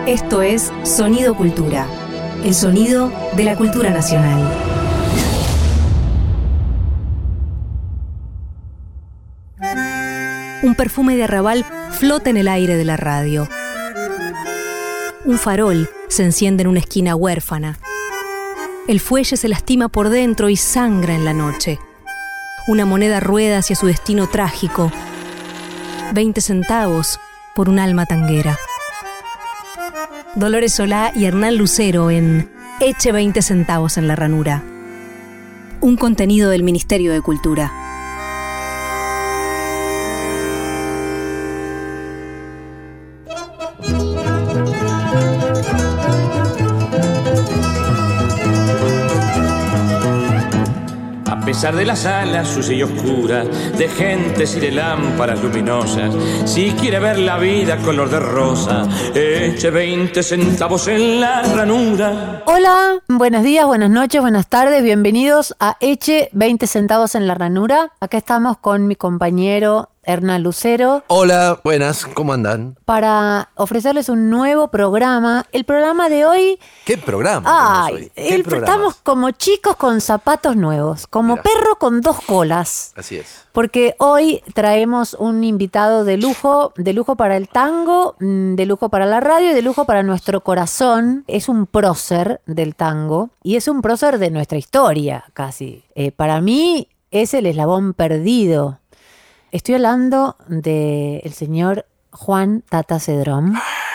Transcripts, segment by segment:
Esto es Sonido Cultura, el sonido de la cultura nacional. Un perfume de arrabal flota en el aire de la radio. Un farol se enciende en una esquina huérfana. El fuelle se lastima por dentro y sangra en la noche. Una moneda rueda hacia su destino trágico. 20 centavos por un alma tanguera. Dolores Solá y Hernán Lucero en Eche 20 centavos en la ranura. Un contenido del Ministerio de Cultura. A pesar de las alas sucia y oscura, de gentes y de lámparas luminosas, si quiere ver la vida color de rosa, eche 20 centavos en la ranura. Hola, buenos días, buenas noches, buenas tardes, bienvenidos a Eche 20 centavos en la ranura. Acá estamos con mi compañero Hernán Lucero. Hola, buenas, ¿cómo andan? Para ofrecerles un nuevo programa. El programa de hoy... ¿Qué programa? Estamos como chicos con zapatos nuevos, como perro con dos colas. Así es. Porque hoy traemos un invitado de lujo para el tango, de lujo para la radio y de lujo para nuestro corazón. Es un prócer del tango y es un prócer de nuestra historia, casi. Para mí es el eslabón perdido. Estoy hablando del señor Juan Tata Cedrón.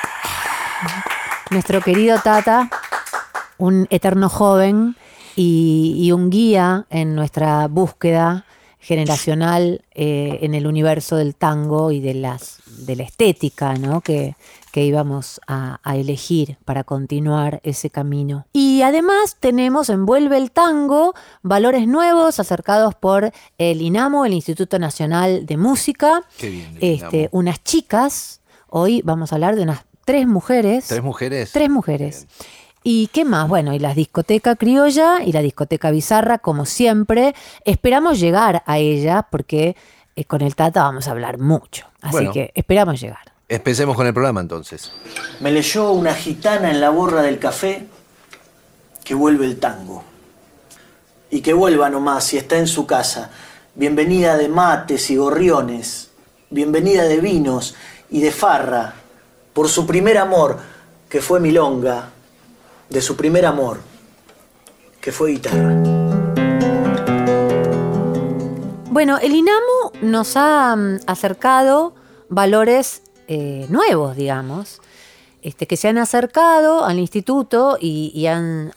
Nuestro querido Tata, un eterno joven y un guía en nuestra búsqueda generacional en el universo del tango y de la estética, ¿no? que íbamos a elegir para continuar ese camino. Y además tenemos Envuelve el Tango, valores nuevos acercados por el INAMU, el Instituto Nacional de Música. Qué bien, unas chicas. Hoy vamos a hablar de unas tres mujeres. ¿Tres mujeres? Tres mujeres. ¿Y qué más? Bueno, y la discoteca criolla y la discoteca bizarra, como siempre. Esperamos llegar a ella porque con el Tata vamos a hablar mucho. Así que esperamos llegar. Empecemos con el programa entonces. Me leyó una gitana en la borra del café que vuelve el tango. Y que vuelva nomás si está en su casa. Bienvenida de mates y gorriones. Bienvenida de vinos y de farra. Por su primer amor, que fue milonga. De su primer amor, que fue guitarra. Bueno, el INAMU nos ha acercado valores nuevos, digamos, que se han acercado al instituto y han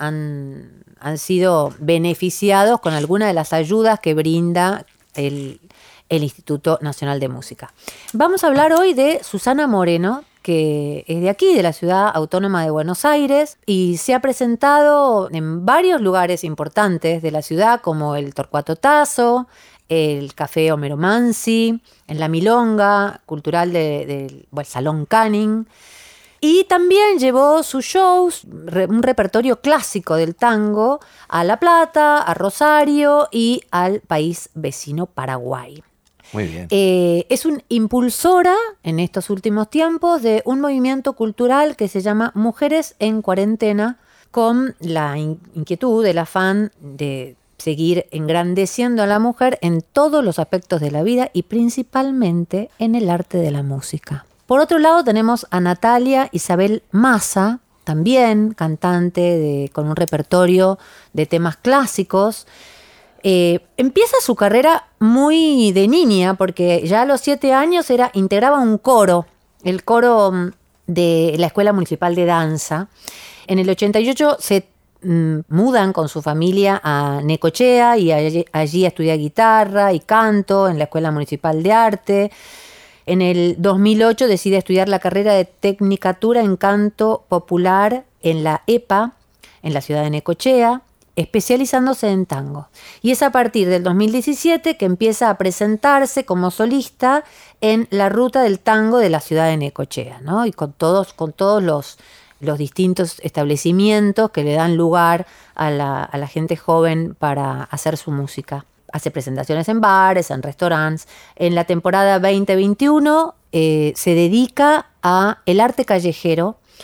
sido beneficiados con alguna de las ayudas que brinda el Instituto Nacional de Música. Vamos a hablar hoy de Susana Moreno, que es de aquí, de la Ciudad Autónoma de Buenos Aires, y se ha presentado en varios lugares importantes de la ciudad, como el Torcuato Tasso, el Café Homero Mansi, en la Milonga Cultural del Salón Canning. Y también llevó sus shows, un repertorio clásico del tango, a La Plata, a Rosario y al país vecino Paraguay. Muy bien. Es una impulsora en estos últimos tiempos de un movimiento cultural que se llama Mujeres en Cuarentena, con la inquietud, el afán de seguir engrandeciendo a la mujer en todos los aspectos de la vida y principalmente en el arte de la música. Por otro lado tenemos a Natalia Isabel Massa, también cantante con un repertorio de temas clásicos. Empieza su carrera muy de niña, porque ya a los 7 años integraba un coro, el coro de la Escuela Municipal de Danza. En el 88 se mudan con su familia a Necochea y allí estudia guitarra y canto en la Escuela Municipal de Arte. En el 2008 decide estudiar la carrera de Tecnicatura en Canto Popular en la EPA, en la ciudad de Necochea, especializándose en tango. Y es a partir del 2017 que empieza a presentarse como solista en la ruta del tango de la ciudad de Necochea, ¿no? Y con todos los distintos establecimientos que le dan lugar a la gente joven para hacer su música. Hace presentaciones en bares, en restaurantes. En la temporada 2021 se dedica a el arte callejero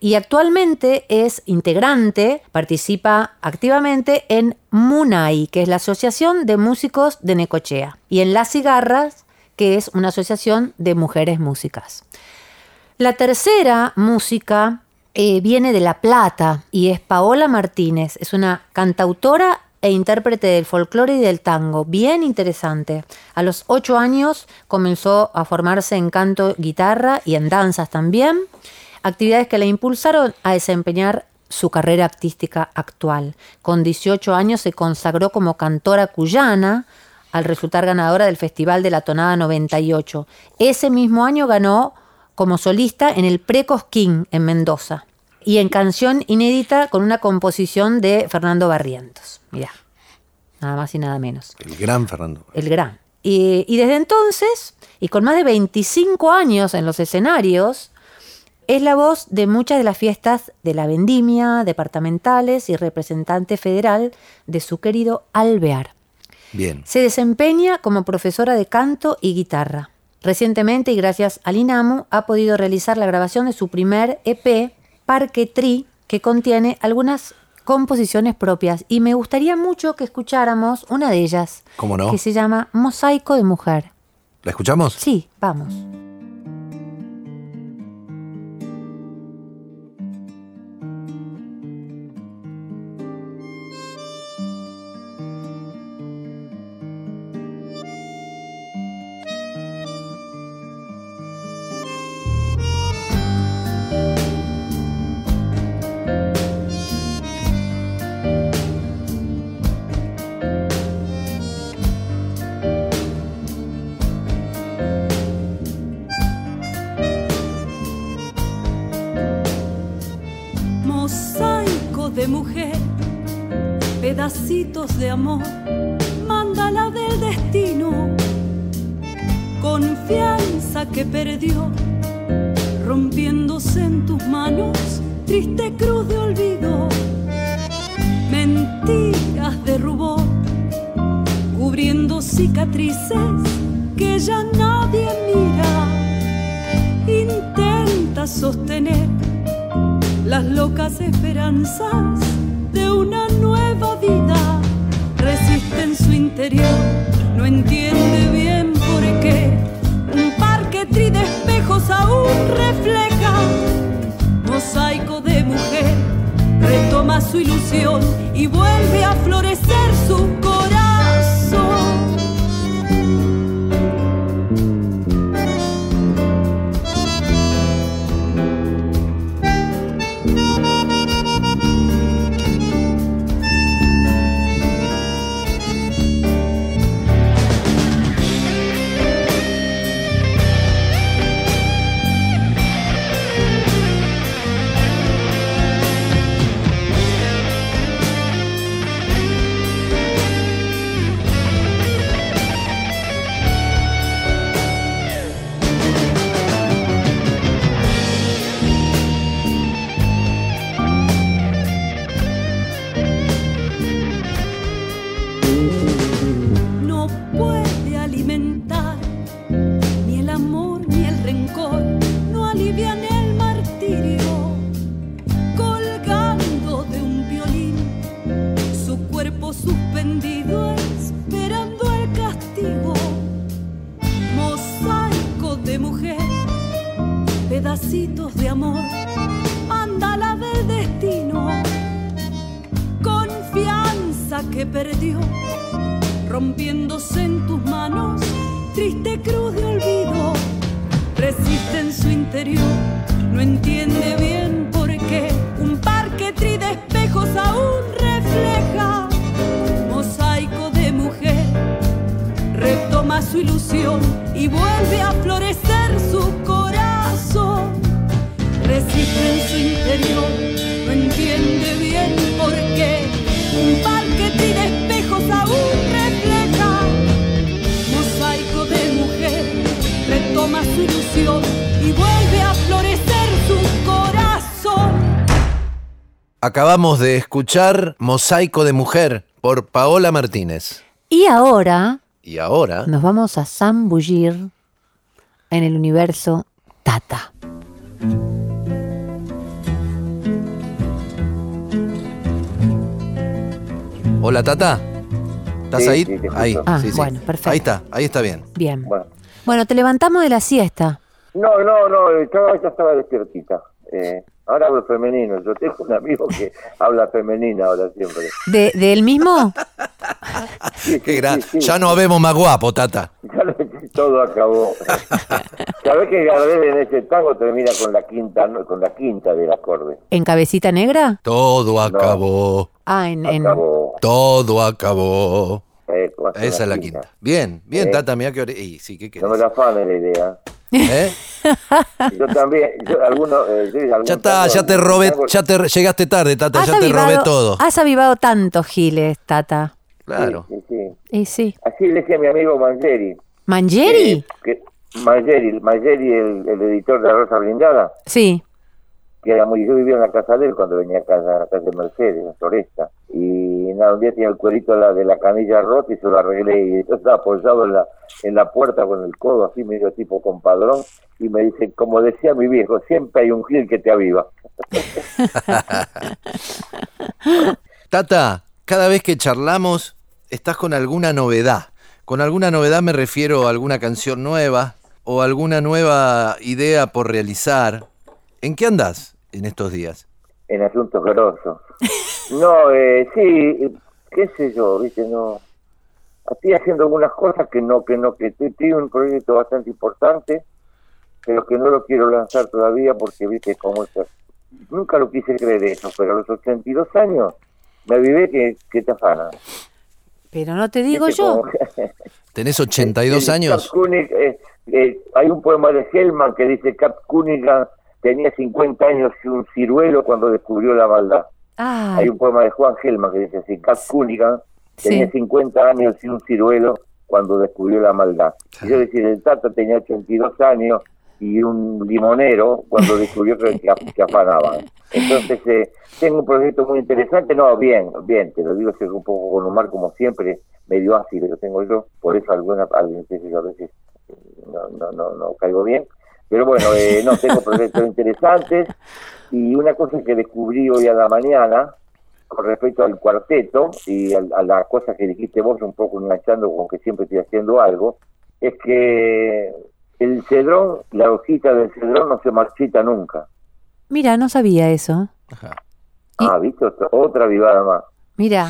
Y actualmente es integrante, participa activamente en MUNAI, que es la Asociación de Músicos de Necochea, y en Las Cigarras, que es una asociación de mujeres músicas. La tercera música viene de La Plata y es Paola Martínez. Es una cantautora e intérprete del folclore y del tango, bien interesante. A los 8 años comenzó a formarse en canto, guitarra y en danzas también, actividades que la impulsaron a desempeñar su carrera artística actual. Con 18 años se consagró como cantora cuyana al resultar ganadora del Festival de la Tonada 98. Ese mismo año ganó como solista en el Pre-Cosquín en Mendoza y en canción inédita con una composición de Fernando Barrientos. Mirá, nada más y nada menos. El gran Fernando. El gran. Y desde entonces, y con más de 25 años en los escenarios, es la voz de muchas de las fiestas de la vendimia, departamentales y representante federal de su querido Alvear. Bien. Se desempeña como profesora de canto y guitarra. Recientemente, y gracias al INAMU, ha podido realizar la grabación de su primer EP, Parque Tri, que contiene algunas composiciones propias. Y me gustaría mucho que escucháramos una de ellas. ¿Cómo no? Que se llama Mosaico de Mujer. ¿La escuchamos? Sí, vamos. De mujer, pedacitos de amor, mándala del destino, confianza que perdió, rompiéndose en tus manos, triste cruz de olvido, mentiras de rubor, cubriendo cicatrices que ya nadie mira, intenta sostener las locas esperanzas de una nueva vida. Resiste en su interior, no entiende bien por qué. Un parque tri de espejos aún refleja. Mosaico de mujer, retoma su ilusión y vuelve a florecer su corazón. Suspendido esperando el castigo, mosaico de mujer, pedacitos de amor, mándala del destino, confianza que perdió, rompiéndose en tus manos, triste cruz de olvido, resiste en su interior, no entiende bien por qué, un parque tri de espejos aún refleja. Mosaico de mujer, retoma su ilusión y vuelve a florecer su corazón. Resiste en su interior, no entiende bien por qué. Un parque tri de espejos aún refleja. Mosaico de mujer, retoma su ilusión y vuelve a florecer su corazón. Acabamos de escuchar Mosaico de Mujer por Paola Martínez. Y ahora nos vamos a zambullir en el universo Tata. Hola, Tata. ¿Estás Sí, ahí? sí, te escucho. Ahí, Ah, sí, sí. bueno, perfecto. Ahí está bien. Bien. Bueno. Bueno, te levantamos de la siesta. No, ya estaba despiertita. Ahora hablo femenino. Yo tengo un amigo que habla femenina ahora siempre. ¿De él mismo? Sí, Qué sí, gran... sí, sí. Ya no vemos más guapo, Tata. Todo acabó. ¿Sabés que Gardel en ese tango termina con la quinta, ¿no? Con la quinta del acorde? ¿En Cabecita Negra? Todo acabó. Ah, en Acabó. Todo acabó. Con Esa es la quinta. Bien, Tata, mirá que... Y sí, ¿qué No me querés? la afane la idea. ¿Eh? Yo también, Ya está, ya te robé, llegaste tarde, Tata, ya te robé todo. Has avivado tantos giles, Tata. Claro. Sí. Y sí. Así le decía mi amigo Mangieri. ¿Mangieri? Mangieri, el editor de La Rosa Blindada, Sí. que era muy... Yo vivía en la casa de él cuando venía a la casa de Mercedes, en Floresta. Y nada, un día tenía el cuerito de la canilla rota y se lo arreglé. Y entonces estaba apoyado en la puerta con el codo, así medio tipo compadrón. Y me dice, como decía mi viejo, siempre hay un gil que te aviva. Tata, cada vez que charlamos, estás con alguna novedad. Con alguna novedad me refiero a alguna canción nueva o alguna nueva idea por realizar. ¿En qué andás en estos días? En asuntos grosos. No, sí, qué sé yo, viste, no. Estoy haciendo algunas cosas que tengo un proyecto bastante importante, pero que no lo quiero lanzar todavía porque, viste, como nunca lo quise creer eso, pero a los 82 años me avivé que te afana. Pero no te digo ¿Viste? yo. ¿Tenés 82 años? Hay un poema de Hellman que dice: Cap Cunningham tenía 50 años y un ciruelo cuando descubrió la maldad. Ay, Hay un poema de Juan Hellman que dice así: Cap Cunningham tenía sí. 50 años y un ciruelo cuando descubrió la maldad. Y yo decía, el Tata tenía 82 años y un limonero cuando descubrió que afanaba. Entonces, tengo un proyecto muy interesante. No, bien, te lo digo un poco con humor, como siempre, medio ácido que tengo yo, por eso alguien a veces no caigo bien. Pero bueno, no, tengo proyectos interesantes. Y una cosa que descubrí hoy a la mañana, con respecto al cuarteto y a la cosa que dijiste vos, un poco enganchando con que siempre estoy haciendo algo, es que el cedrón, la hojita del cedrón no se marchita nunca. Mira, no sabía eso. Ajá. Ah, ¿viste? Otra vivada más. Mira,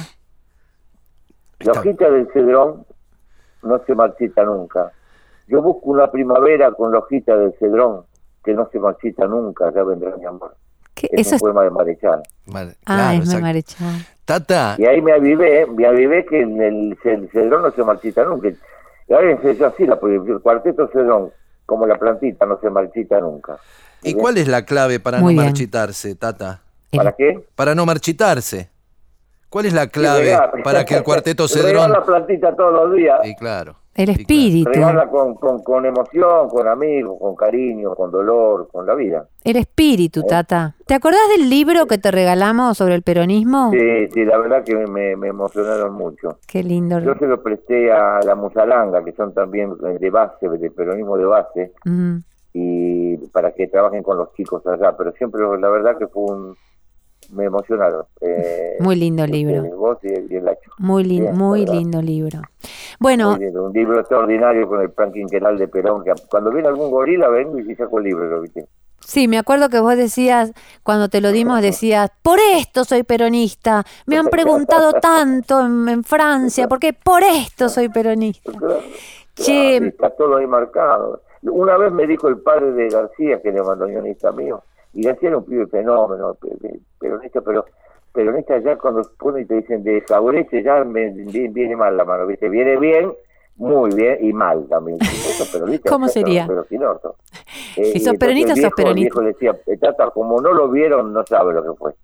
La hojita del cedrón no se marchita nunca. Yo busco una primavera con la hojita del cedrón que no se marchita nunca, ya vendrá mi amor. ¿qué? Es Eso un poema de Marechal. Ah, es exacto. Marechal. Tata, Y ahí me avivé que el cedrón no se marchita nunca. Y ahora es así, el cuarteto cedrón, como la plantita, no se marchita nunca. ¿y cuál es la clave para Muy no bien. marchitarse, Tata? ¿Para qué? Para no marchitarse. ¿Cuál es la clave Regar. para que el cuarteto Regar cedrón... la plantita todos los días. Y claro. El y claro. espíritu. Regarla con emoción, con amigos, con cariño, con dolor, con la vida. El espíritu, Tata. ¿Te acordás del libro que te regalamos sobre el peronismo? Sí, la verdad que me emocionaron mucho. Qué lindo. Yo se lo presté a la Musalanga, que son también de base, del peronismo de base, Ujú. y para que trabajen con los chicos allá, pero siempre la verdad que me emocionaron. Muy lindo libro. Vos y el Lacho. Muy Bien, muy verdad. lindo libro. Bueno, Muy lindo, un libro extraordinario con el plan quinquenal de Perón, que cuando viene algún gorila vengo y saco el libro, ¿viste? sí, me acuerdo que vos decías, cuando te lo dimos, decías, por esto soy peronista. Me han preguntado tanto en Francia, porque por esto soy peronista. Che, Está todo ahí marcado. Una vez me dijo el padre de García, que le mandó guionista mío, y García era un pibe fenómeno, peronista, pero peronista ya cuando pone y te dicen de favorece, ya viene mal la mano, ¿viste? Viene bien, muy bien, y mal también. ¿Cómo sería? Pero sin orto. Si sos peronista, sos peronista. El viejo decía, Tata, como no lo vieron, no sabe lo que fue.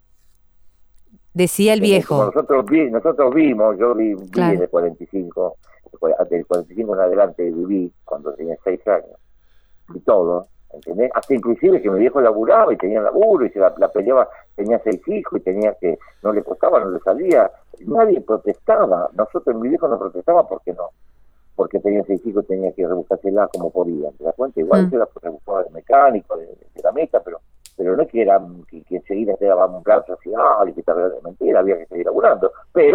decía el Como viejo. nosotros vimos, yo vi Claro. del 45 en adelante viví cuando tenía 6 años. Y todo, ¿entendés? Hasta inclusive que mi viejo laburaba y tenía laburo y se la peleaba, tenía 6 hijos y tenía que, no le costaba, no le salía. Nadie protestaba. Mi viejo no protestaba porque no. Porque tenía 6 hijos, tenía que rebuscársela como podía. ¿Te das cuenta? Igual se la rebuscaba de mecánico, de la meta, pero no es que enseguida se daba un plazo así, y que mentira, había que seguir laburando. Pero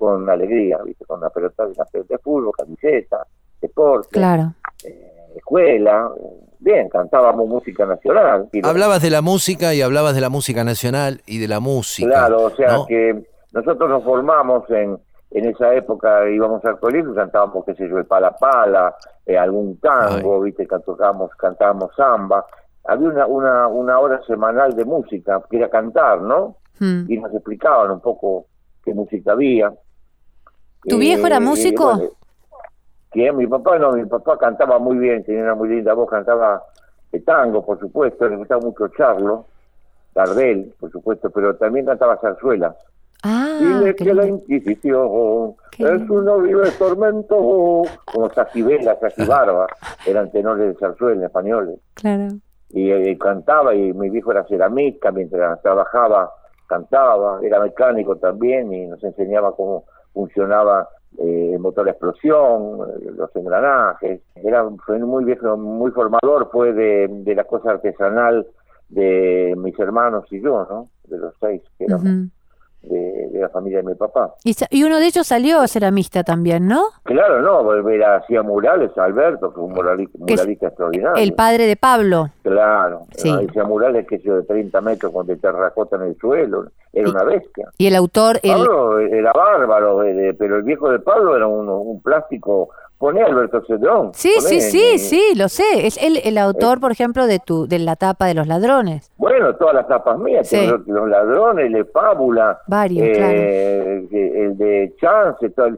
con alegría, ¿viste? Con una pelota de fútbol, camiseta, deporte, Claro. Escuela, bien, cantábamos música nacional. Hablabas de la música y hablabas de la música nacional y de la música. Claro, o sea, ¿no? que nosotros nos formamos en esa época, íbamos al colegio y cantábamos, qué sé yo, el Pala Pala, algún tango, ¿viste? Cantábamos samba. Había una hora semanal de música, que era cantar, ¿no? Y nos explicaban un poco qué música había. ¿Tu viejo era músico? Bueno, ¿quién? Mi papá no, mi papá cantaba muy bien, tenía una muy linda voz, cantaba tango, por supuesto, le gustaba mucho Charlo, Gardel, por supuesto, pero también cantaba zarzuelas. Dile que la Inquisición es un horrible tormento, como Sajibela, Sajibarba, eran tenores de zarzuela españoles. Claro. Y cantaba, y mi viejo era ceramista, mientras trabajaba, cantaba, era mecánico también, y nos enseñaba cómo funcionaba el motor de explosión, los engranajes. Fue muy viejo, muy formador, fue de la cosa artesanal de mis hermanos y yo, ¿no? De los 6 que éramos. De la familia de mi papá. Y uno de ellos salió ceramista también, ¿no? Claro, no, hacía murales, Alberto, fue un muralista extraordinario. El padre de Pablo. Claro, sí. Hacía murales que de 30 metros con de terracota en el suelo, era una bestia. Y el autor... Pablo era bárbaro, pero el viejo de Pablo era un plástico. Poné Alberto Cedrón. Sí, lo sé. Es el autor, por ejemplo, de la tapa de Los Ladrones. Bueno, todas las tapas mías, sí. Los Ladrones, el de Fábula, varios, claro. El de Chance, el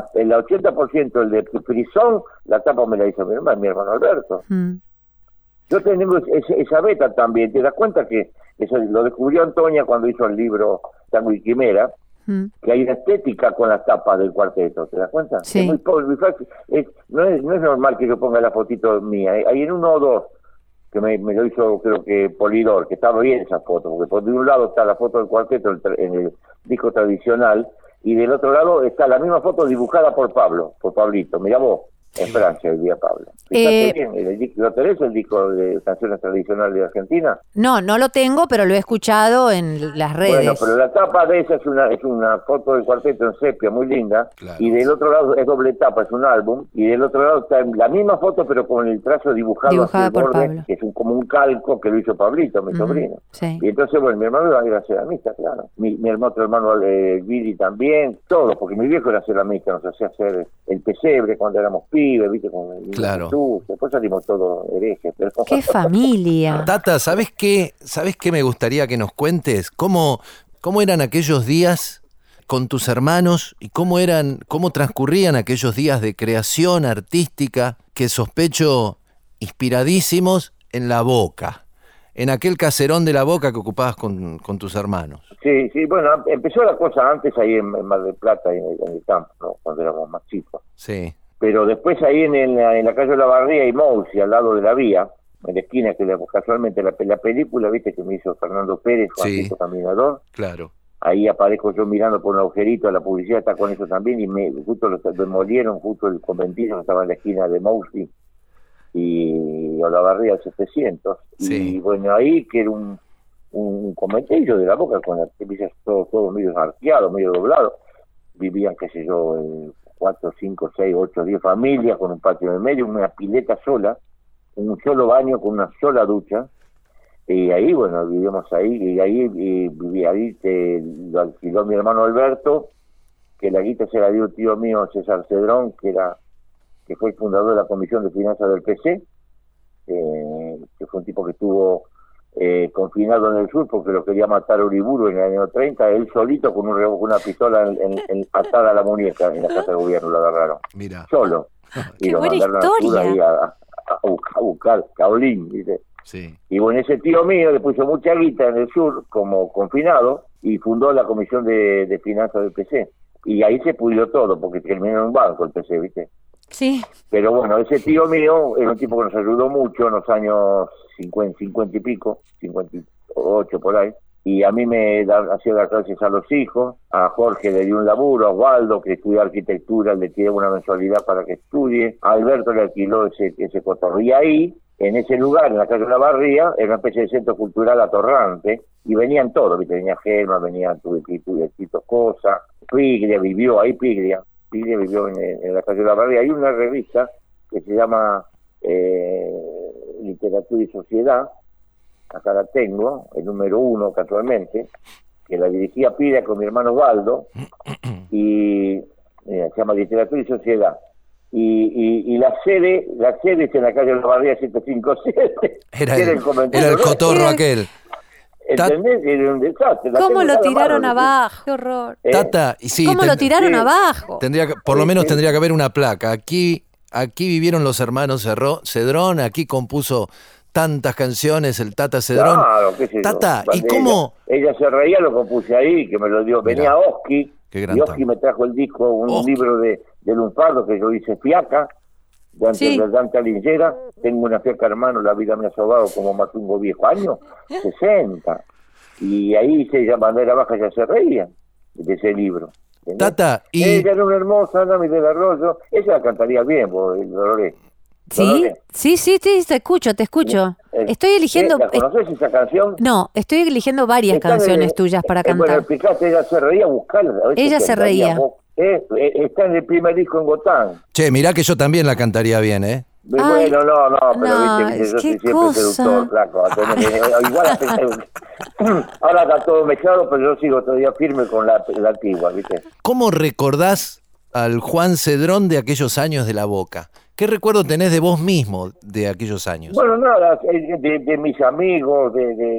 80%, el de Frisón, la tapa me la hizo mi hermano Alberto. Yo tengo esa beta también. ¿Te das cuenta que eso lo descubrió Antonia cuando hizo el libro Tango y Quimera? Que hay una estética con las tapas del cuarteto, ¿te das cuenta? Sí. Es muy fácil. No es normal que yo ponga la fotito mía. Hay en uno o dos que me lo hizo, creo que Polidor, que estaba bien esa foto, porque por de un lado está la foto del cuarteto en el disco tradicional, y del otro lado está la misma foto dibujada por Pablito. Mirá vos, en Francia el día Pablo. Fíjate bien, ¿lo tenés el disco de canciones tradicionales de Argentina? No lo tengo, pero lo he escuchado en las redes. Bueno, pero la tapa de esa es una foto del cuarteto en sepia muy linda, claro. Y del otro lado es doble tapa, es un álbum, y del otro lado está la misma foto pero con el trazo dibujado hacia el borde, Pablo. Que es como un calco que lo hizo Pablito, mi sobrino. Sí. Y entonces, bueno, mi hermano era ceramista, claro. Mi otro hermano, Viri, también, todos, porque mi viejo era ceramista, nos hacía hacer el pesebre cuando éramos pibes, ¿viste? Con el claro. Jesús. Después salimos todos herejes. Pero... ¡Qué familia! Tata, ¿sabes qué me gustaría que nos cuentes? ¿Cómo eran aquellos días con tus hermanos y cómo transcurrían aquellos días de creación artística que sospecho inspiradísimos en La Boca, en aquel caserón de La Boca que ocupabas con tus hermanos? Sí, bueno, empezó la cosa antes ahí en Mar del Plata, en el campo, ¿no? Cuando éramos más chicos. Sí. Pero después ahí en la calle de la Barría y Mousi, al lado de la vía, en la esquina, que casualmente la película, viste, que me hizo Fernando Pérez, Juancito Caminador. Claro. Ahí aparezco yo mirando por un agujerito, la publicidad está con eso también, y justo lo demolieron, justo el conventillo que estaba en la esquina de Mousi y Olavarría 700. Sí. Y bueno, ahí que era un conventillo de La Boca, con las villas todo medio arqueado, medio doblado. Vivían, qué sé yo, 4, 5, 6, 8, 10 familias con un patio en el medio, una pileta sola, un solo baño con una sola ducha, y ahí, bueno, vivíamos ahí, y ahí lo alquiló mi hermano Alberto, que la guita se la dio un tío mío, César Cedrón, que fue el fundador de la Comisión de Finanzas del PC, que fue un tipo que estuvo confinado en el sur porque lo quería matar Uriburu en el año 30, él solito con una pistola atada a la muñeca en la casa de gobierno, lo agarraron. Mira. Solo. Y lo mandaron al sur ahí a buscar Caolín, ¿viste? Sí. Y bueno, ese tío mío le puso mucha guita en el sur como confinado y fundó la Comisión de Finanzas del PC. Y ahí se pudrió todo porque terminó en un banco el PC, ¿viste? Sí. Pero bueno, ese tío mío era un tipo que nos ayudó mucho en los años 50 y pico, 58 por ahí, y a mí me hacía dar clases a los hijos, a Jorge le dio un laburo, a Osvaldo que estudia arquitectura le tiró una mensualidad para que estudie, a Alberto le alquiló ese cotorro, y ahí, en ese lugar, en la calle de la Barría, era una especie de centro cultural atorrante, y venían todos, ¿viste? Venía Germa, venía Tito Cosa, Piglia vivió en la calle de la Barría. Hay una revista que se llama Literatura y Sociedad, acá la tengo, el número 1 casualmente, que la dirigía Piglia con mi hermano Osvaldo, y se llama Literatura y Sociedad. Y la sede es en la calle de la Barría 757. Era el cotorro aquel. ¿Entendés? Era un desastre. ¿Cómo lo tiraron abajo? ¡Qué horror! Tata, y sí, ¿Cómo lo tiraron abajo? Por lo menos tendría que haber una placa. Aquí vivieron los hermanos Cedrón, aquí compuso tantas canciones el Tata Cedrón. Claro, qué sé yo. Tata, ¿y cómo? Ella se reía, lo compuse ahí, que me lo dio. Venía Oski, y Oski me trajo el disco, un libro de Lunfardo que yo hice, Fiaca, de Dante Alighieri. Tengo una fiaca, hermano, la vida me ha sobado como Matungo viejo, años 60. Y ahí se Bandera Baja ya se reía de ese libro. ¿Entendés? Tata, y... Ella era una hermosa, Nami del Arroyo. Ella la cantaría bien, Dolores. Sí, te escucho. Estoy eligiendo... ¿La conoces esa canción? No, estoy eligiendo varias canciones tuyas para cantar. Bueno, explicaste, ella se reía, buscarla. Ella se reía. Está en el primer disco en Gotán. Che, mirá que yo también la cantaría bien, ¿eh? Bueno, pero viste, yo soy siempre seductor, flaco. Igual ahora está todo mezclado, pero yo sigo todavía firme con la antigua, ¿viste? ¿Cómo recordás al Juan Cedrón de aquellos años de La Boca? ¿Qué recuerdo tenés de vos mismo de aquellos años? Bueno, nada, de mis amigos,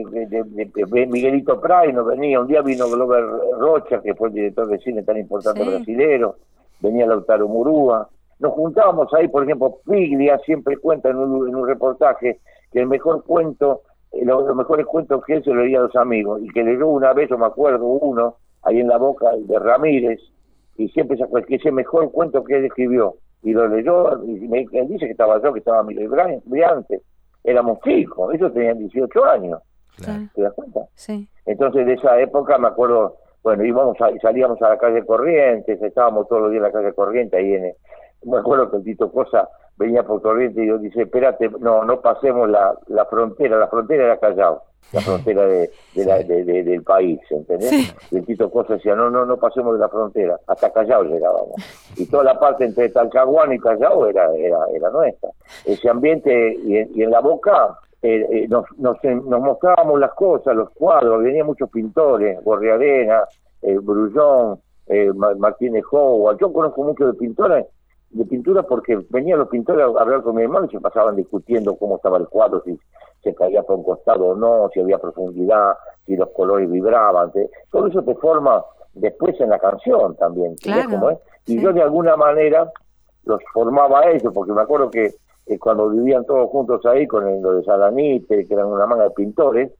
de Miguelito Pray, nos venía, un día vino Glover Rocha, que fue el director de cine tan importante brasilero, venía Lautaro Murúa, nos juntábamos ahí, por ejemplo, Piglia siempre cuenta en un reportaje que el mejor cuento, los mejores cuentos que él se lo leía a los amigos, y que leyó una vez, yo me acuerdo, uno, ahí en La Boca, de Ramírez, y siempre sacó ese mejor cuento que él escribió. Y lo leyó, y él dice que estaba Miguel Briante, éramos chicos, ellos tenían 18 años, Claro. ¿te das cuenta? Sí. Entonces de esa época me acuerdo, bueno, salíamos a la calle Corrientes, estábamos todos los días en la calle Corrientes, ahí me acuerdo que el Tito Cosa venía por Corrientes y yo dice, espérate, no pasemos la frontera era Callao, la frontera del país, ¿entendés? Sí. Y el Tito Cosa decía, no pasemos de la frontera, hasta Callao llegábamos. Y toda la parte entre Talcahuano y Callao era nuestra. Ese ambiente, y en La Boca nos mostrábamos las cosas, los cuadros, venían muchos pintores, Gorriarena, Brullón, Martínez Howard. Yo conozco mucho de pintura porque venían los pintores a hablar con mi hermano y se pasaban discutiendo cómo estaba el cuadro, si se caía por un costado o no, si había profundidad, si los colores vibraban. Todo eso te forma después en la canción también. Claro, ¿Cómo es? Y sí. yo de alguna manera los formaba a ellos, porque me acuerdo que cuando vivían todos juntos ahí con lo de Salanite, que eran una manga de pintores,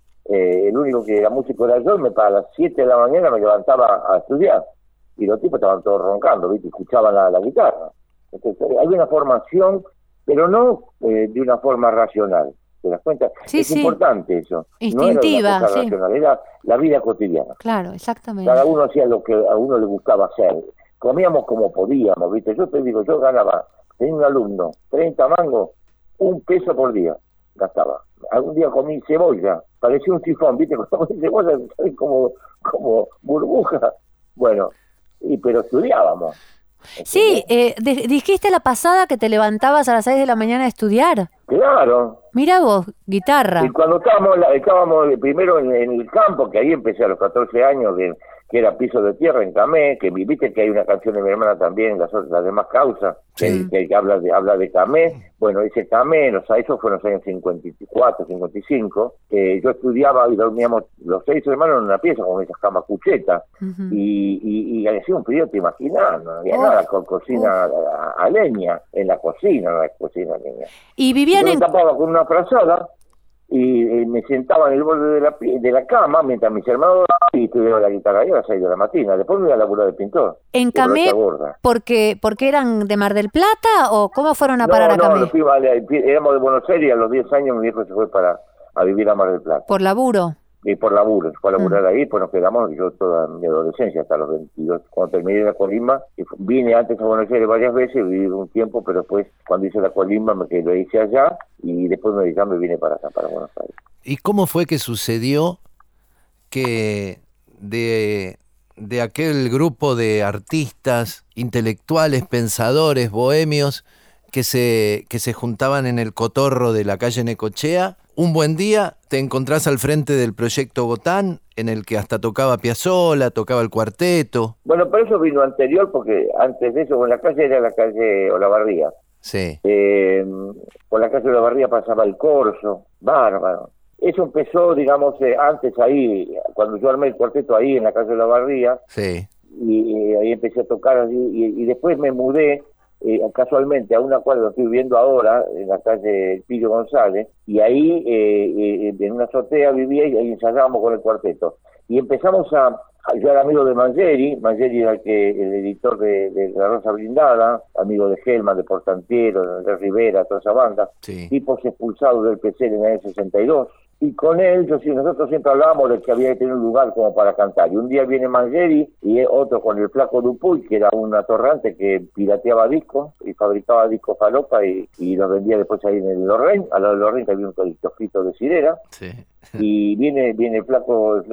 el único que era músico era yo, para las 7 de la mañana me levantaba a estudiar. Y los tipos estaban todos roncando, ¿viste? Escuchaban la guitarra. Entonces, hay una formación, pero no de una forma racional. ¿Te das cuenta? Sí, es sí. importante eso. Instintiva, no era una cosa sí. racional, era la vida cotidiana. Claro, exactamente. Cada uno hacía lo que a uno le gustaba hacer. Comíamos como podíamos, ¿viste? Yo te digo, yo ganaba, tenía un alumno, 30 mangos, $1 por día gastaba. Algún día comí cebolla, parecía un sifón, ¿viste? Cuando comí cebolla, como burbuja. Bueno, pero estudiábamos. Sí, dijiste la pasada que te levantabas a las 6 de la mañana a estudiar. Claro. Mira vos, guitarra. Y cuando estábamos primero en el campo, que ahí empecé a los 14 años, que era Piso de Tierra en Camé, que viste que hay una canción de mi hermana también, las demás causas, Sí. que habla de Camé. Bueno, ese Camé, eso fue en los años 54, 55, yo estudiaba y dormíamos los 6 hermanos en una pieza con esas camas cuchetas, Ujú. y hacía un frío, te imaginas, no había nada, con cocina a leña, en la cocina, no había cocina a leña. Y vivían Yo en... me tapaba con una frazada y me sentaba en el borde de la cama mientras mis hermanos y estudiaba la guitarra ahí a las 6 de la mañana. Después me iba a laburar de pintor. En de Camé, brocha gorda. porque eran de Mar del Plata o cómo fueron a parar a Camé? Éramos de Buenos Aires y a los 10 años mi viejo se fue a vivir a Mar del Plata. Por laburo. Y por laburo, fue a laburar ahí, pues nos quedamos, yo toda mi adolescencia, hasta los 22, cuando terminé la colimba, vine antes a Buenos Aires varias veces, viví un tiempo, pero después, cuando hice la colimba, lo hice allá, y después me vine para acá, para Buenos Aires. ¿Y cómo fue que sucedió que de de aquel grupo de artistas, intelectuales, pensadores, bohemios que se juntaban en el cotorro de la calle Necochea. Un buen día te encontrás al frente del proyecto Gotán, en el que hasta tocaba Piazzolla, tocaba el cuarteto. Bueno, pero eso vino anterior, porque antes de eso, con la calle era la calle Olavarría. Sí. Por la calle Olavarría pasaba el Corso, bárbaro. Eso empezó, digamos, antes ahí, cuando yo armé el cuarteto ahí en la calle Olavarría. Sí. Y ahí empecé a tocar así, y después me mudé casualmente a una cuadra donde estoy viviendo ahora, en la calle Pillo González, y ahí en una azotea vivía y ahí ensayábamos con el cuarteto. Y empezamos yo era amigo de Mangieri era el editor de La Rosa Blindada, amigo de Gelman, de Portantiero, de Rivera, toda esa banda, Sí. tipos expulsados del PC en el 62. Y con él, nosotros siempre hablábamos de que había que tener un lugar como para cantar. Y un día viene Mangieri y otro con el flaco Dupuy, que era un atorrante que pirateaba discos y fabricaba discos falopa y los vendía después ahí en el Lorraine. Al lado del Lorraine que había un kiosquito de Cirera. Sí. Y viene el flaco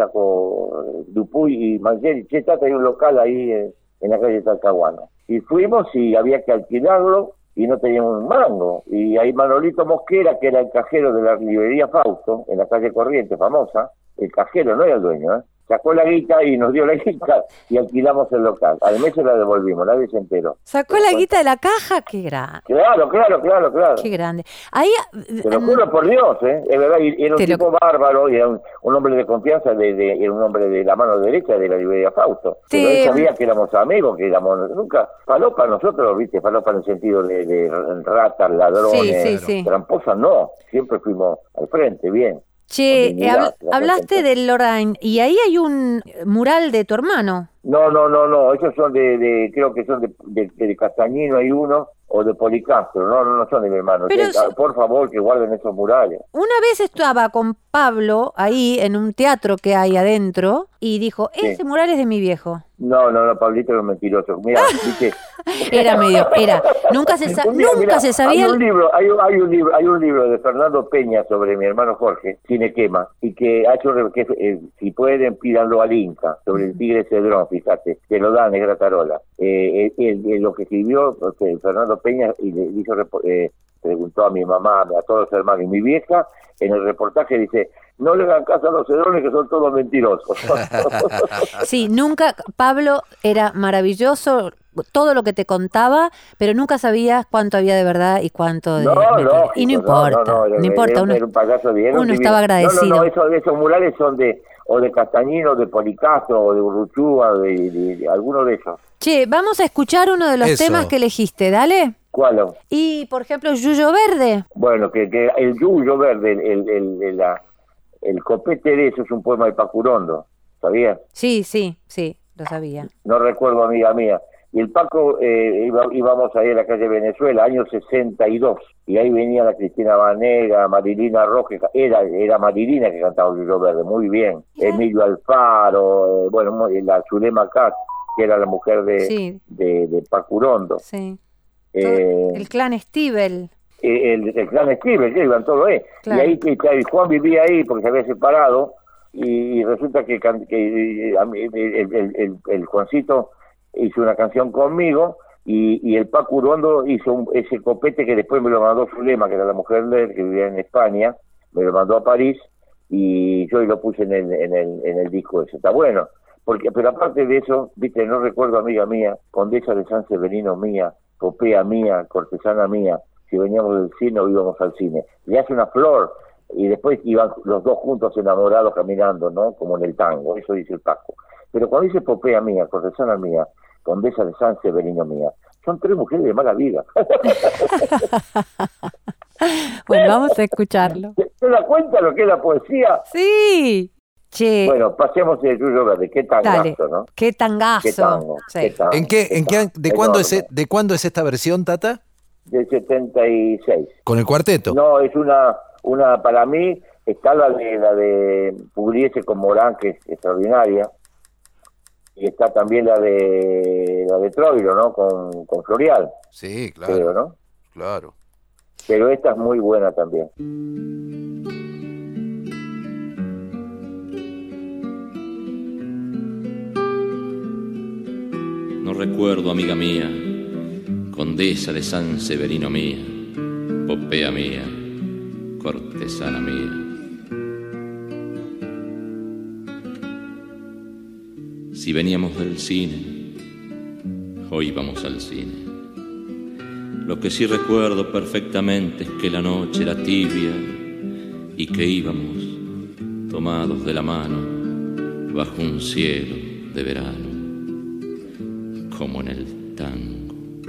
Dupuy y Mangieri, che, Tata, hay un local ahí en la calle Talcahuano. Y fuimos y había que alquilarlo y no teníamos un mango. Y ahí Manolito Mosquera, que era el cajero de la librería Fausto, en la calle Corrientes, famosa, el cajero, no era el dueño, sacó la guita y nos dio la guita y alquilamos el local. Al mes se la devolvimos, nadie se enteró. ¿Sacó la guita de la caja? ¡Qué grande! Claro. ¡Qué grande! Ahí, Te lo juro por Dios, es verdad, y era un tipo bárbaro, y era un hombre de confianza, era un hombre de la mano derecha de la librería Fausto. Pero él sabía que éramos amigos, que éramos nunca, falopa nosotros, viste, falopa en el sentido de ratas, ladrones, tramposas no, siempre fuimos al frente, bien. Che, hablaste del Lorraine, y ahí hay un mural de tu hermano. No, esos son creo que son de Castañino hay uno, o de Policastro, no son de mi hermano. Por favor, que guarden esos murales. Una vez estaba con Pablo ahí en un teatro que hay adentro y dijo, ese mural es de mi viejo. No, Pablito era un mentiroso. Mira, ¿viste? Nunca se sabía. Hay un libro de Fernando Peña sobre mi hermano Jorge, Cine Quema, y que ha hecho, si pueden, pídanlo al Inca, sobre el tigre Cedrón, fíjate, que lo dan, es Gratarola. Lo que escribió Fernando Peña y le hizo, preguntó a mi mamá, a todos los hermanos, y mi vieja, en el reportaje dice, no le hagan caso a los Cedrones que son todos mentirosos. Sí, nunca, Pablo era maravilloso, todo lo que te contaba, pero nunca sabías cuánto había de verdad y cuánto de mentira. Y no importa, era un payaso bien, uno estaba agradecido. Esos murales son de Castañino, de Policastro, o de Urruchúa, de alguno de esos. Che, vamos a escuchar uno de los temas que elegiste, dale. ¿Cuál? Y, por ejemplo, Yuyo Verde. Bueno, que el Yuyo Verde, el copete de eso es un poema de Pacurondo, ¿sabías? Sí, lo sabía. No recuerdo, amiga mía. Y el Paco, íbamos ahí a la calle Venezuela, año 62, y ahí venía la Cristina Vanega, Marilina Roque, era Marilina que cantaba Yuyo Verde, muy bien. Emilio Alfaro, la Zulema Cat, que era la mujer de Pacurondo. Sí. El clan Stivel. El clan Stivel, que iban todos ahí. Claro. Y ahí Juan vivía ahí porque se había separado, y resulta que el Juancito hizo una canción conmigo, y el Paco Urondo hizo ese copete que después me lo mandó Zulema, que era la mujer de él, que vivía en España, me lo mandó a París, y yo lo puse en el disco ese. Está bueno, pero aparte de eso, viste, no recuerdo, amiga mía, condesa de San Severino mía, popea mía, cortesana mía, si veníamos del cine o íbamos al cine. Le hace una flor, y después iban los dos juntos enamorados caminando, ¿no? Como en el tango, eso dice el Paco. Pero cuando dice popea mía, cortesana mía, condesa de San Severino mía, son tres mujeres de mala vida. Bueno, vamos a escucharlo. ¿Te das cuenta lo que es la poesía? Sí. Che. Bueno, pasemos de Yuyo Verde. Qué tangazo, ¿no? Qué tangazo. Qué tango, sí. qué tango. ¿De cuándo es esta versión, Tata? Del 76. ¿Con el cuarteto? No, es una para mí, está la de Pugliese con Morán, que es extraordinaria, y está también la de Troilo, ¿no? Con Florial. Sí, claro. Creo, ¿no? Claro. Pero esta es muy buena también. recuerdo, amiga mía, condesa de San Severino mía, Popea mía, cortesana mía. Si veníamos del cine, hoy vamos al cine. Lo que sí recuerdo perfectamente es que la noche era tibia y que íbamos tomados de la mano bajo un cielo de verano, como en el tango.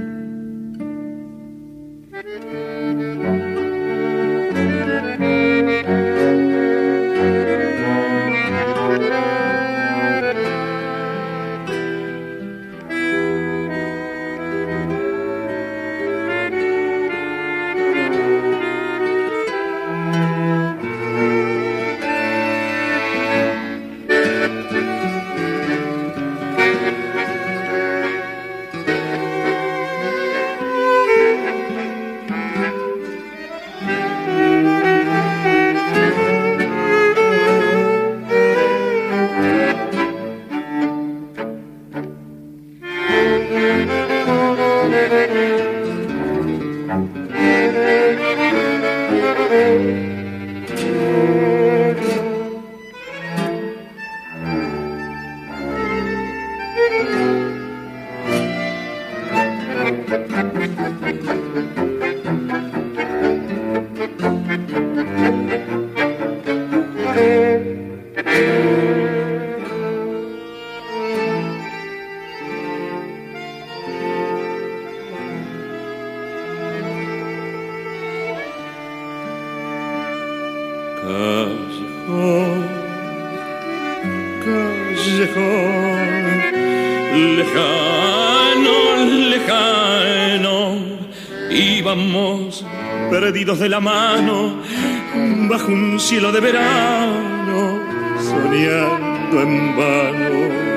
De la mano bajo un cielo de verano, soñando en vano.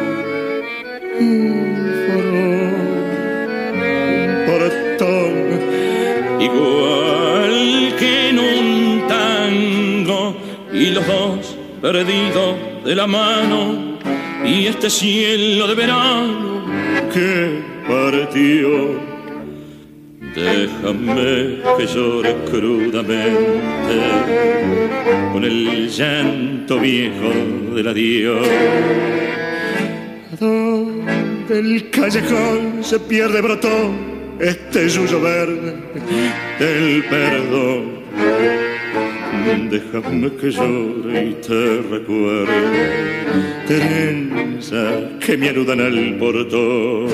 Un portón igual que en un tango, y los dos perdidos de la mano, y este cielo de verano que partió. Déjame que llore crudamente con el llanto viejo del adiós. Donde el callejón se pierde brotó este yuyo verde del perdón. Déjame que llore y te recuerde, trenzas que me anudan al portón.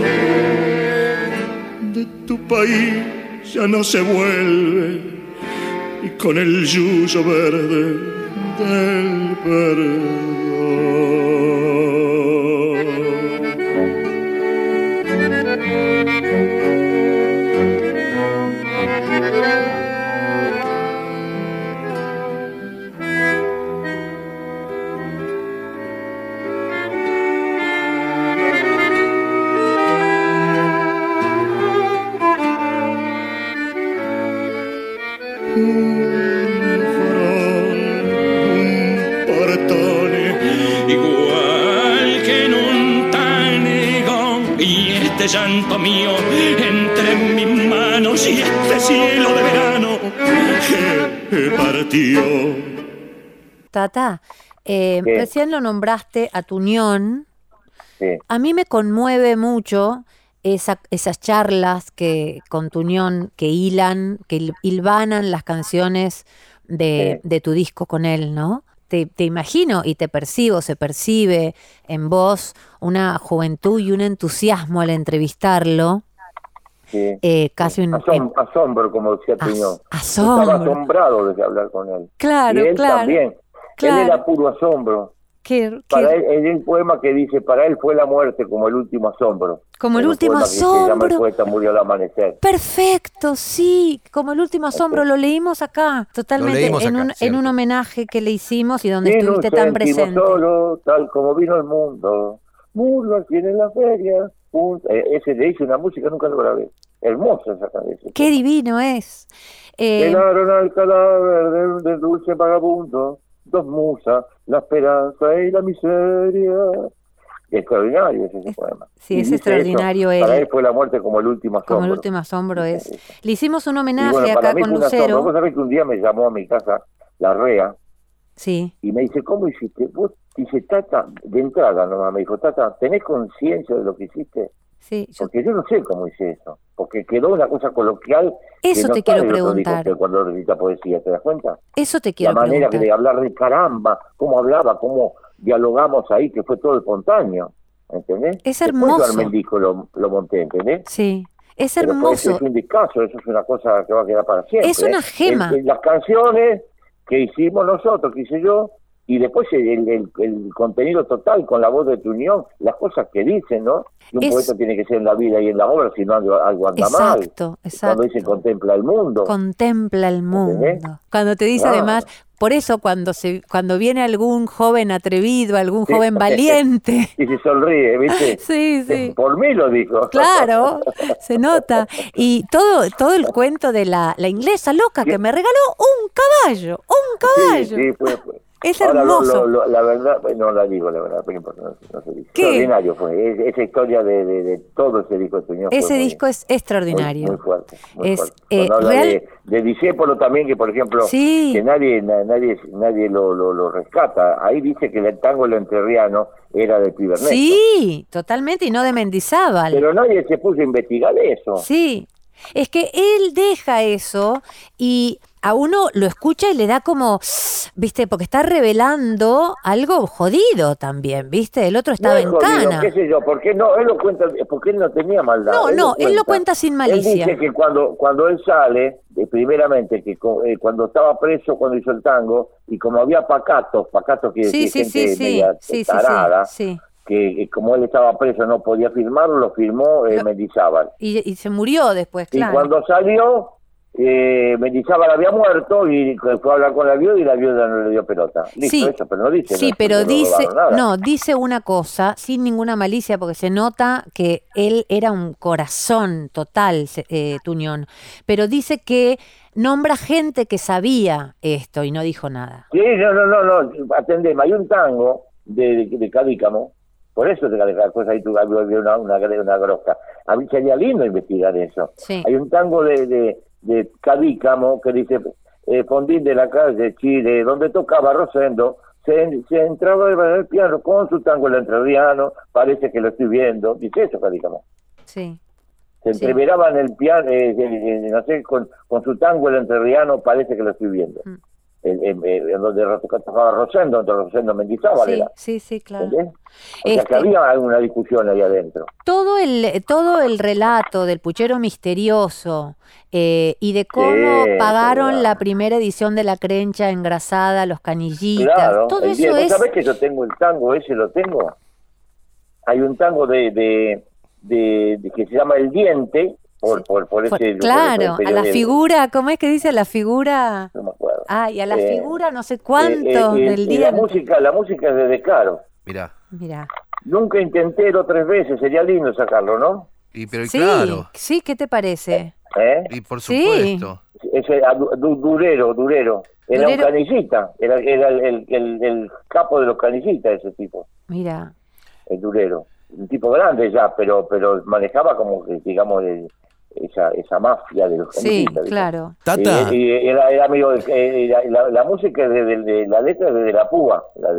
De tu país ya no se vuelve, y con el yuyo verde del perdón. Llanto mío entre mis manos y este cielo de verano que partió. Tata, recién lo nombraste a Tuñón. Sí. A mí me conmueve mucho esas charlas que con Tuñón que hilvanan las canciones de tu disco con él, ¿no? Te imagino y te percibo, se percibe en vos una juventud y un entusiasmo al entrevistarlo. Sí. Casi un asombro, como decía Tuñón. Asombro. Estaba asombrado de hablar con él. Claro, y él claro. También. Claro. Él era puro asombro. Para él, en el poema que dice, para él fue la muerte como el último asombro. Como el último asombro. Se llama El poeta murió al amanecer. Perfecto, sí, como el último asombro, lo leímos acá, totalmente, en un homenaje que le hicimos y donde estuviste tan presente. Solo, tal como vino el mundo, murlo aquí en la feria. Ese le hice una música, nunca lo grabé. Hermosa esa canción. Qué divino es. Llegaron al cadáver del dulce vagabundo, dos musas, la esperanza y la miseria. Extraordinario es ese poema. Sí, Y es dice extraordinario eso, él. para él fue la muerte como el último asombro. Como el último asombro es. Sí. Le hicimos un Y homenaje bueno, para acá mí con fue un asombro. Lucero. Vos sabés que un día me llamó a mi casa la REA Sí, y me dice, ¿cómo hiciste? Vos, dice, Tata, de entrada nomás me dijo, Tata, ¿tenés conciencia de lo que hiciste? sí. Porque yo no sé cómo hice eso, porque quedó una cosa coloquial. Eso que no te está quiero en el otro disco preguntar. que cuando recita poesía, ¿te das cuenta? Eso te La quiero manera preguntar. de hablar de caramba, cómo hablaba, cómo dialogamos ahí, que fue todo espontáneo, ¿entendés? Es Después hermoso. yo armé el disco, lo monté, ¿entendés? Sí, es Pero pues, hermoso. es un discazo, eso es una cosa que va a quedar para siempre. Es una gema. En las canciones que hicimos nosotros, que hice yo, y después el contenido total con la voz de tu unión, las cosas que dicen, ¿no? Que un poeta tiene que ser en la vida y en la obra, si no algo anda mal. Exacto. Cuando dice contempla el mundo. Contempla el mundo. ¿Entendés? Cuando te dice Claro. además, por eso cuando viene algún joven atrevido, algún joven valiente. Y se sonríe, ¿viste? Sí, sí. Por mí lo dijo. Claro, se nota. Y todo el cuento de la inglesa loca que me regaló un caballo. Sí, fue. Es Ahora, hermoso. la verdad, no la digo, la verdad, pero no se dice. ¿Qué? Extraordinario fue. Esa historia de todo ese disco de Tuñón. Ese disco es extraordinario. Muy fuerte. Muy Es, fuerte. Cuando habla real- de Discépolo también, que por ejemplo, Sí. que nadie lo rescata. Ahí dice que el tango el entrerriano era de Piberneto. Sí, totalmente, y no de Mendizábal. Pero nadie se puso a investigar eso. Sí, es que él deja eso y a uno lo escucha y le da como, viste, porque está revelando algo jodido también, viste, el otro estaba No en es jodido, cana. qué sé yo, ¿por qué no? Él lo cuenta, porque él no tenía maldad. No, él lo cuenta sin malicia. Él dice que cuando él sale, primeramente, que cuando estaba preso, cuando hizo el tango, y como había pacatos quiere Sí, decir sí, gente sí, media sí, tarada, sí. que como él estaba preso no podía firmarlo, lo firmó Mendizábal. Y se murió después, claro. Y cuando salió, Mendizábal había muerto y fue a hablar con la viuda y la viuda no le dio pelota. Listo, Sí, eso, pero no dice. sí, no, pero no dice, robaron nada. no, dice una cosa sin ninguna malicia porque se nota que él era un corazón total, Tuñón, pero dice que nombra gente que sabía esto y no dijo nada. Sí, no, atendeme, hay un tango de Cadícamo, por eso la cosa ahí tú había una grosca. A mí sería lindo investigar eso. Sí. Hay un tango de Cadícamo que dice Fondín de la calle Chile, donde tocaba Rosendo, se entraba en el piano con su tango el entrerriano, parece que lo estoy viendo, dice eso Cadícamo. Sí. Se entreveraba en el piano, no sé, con su tango el entrerriano, parece que lo estoy viendo. En donde tocaba Rosendo, entre Rosendo Mendizábal Sí, era. sí, claro. ¿Entendés? O sea que había alguna discusión ahí adentro. Todo el relato del puchero misterioso y de cómo pagaron claro. la primera edición de La Crencha engrasada, los canillitas, Claro, todo eso ¿vos es... sabés que yo tengo el tango ese? Lo tengo. Hay un tango de que se llama El Diente, por ese... Claro, por a la el- figura, ¿cómo es que dice? A la figura... No me acuerdo. Ay, a la figura no sé cuánto del y la diente. música es de De Caro. Mirá. Mirá. Nunca intenté 3 veces, sería lindo sacarlo, ¿no? Pero Sí, claro. sí, ¿qué te parece? Y por Sí. supuesto. Ese Durero. Era un Durero. canillita, era el capo de los canillitas ese tipo, Mira, el Durero. Un tipo grande ya, pero manejaba como que, digamos, esa mafia de los sí, canillitas. ¿viste? claro. Tata. Y era amigo la música de la letra es de La Púa, la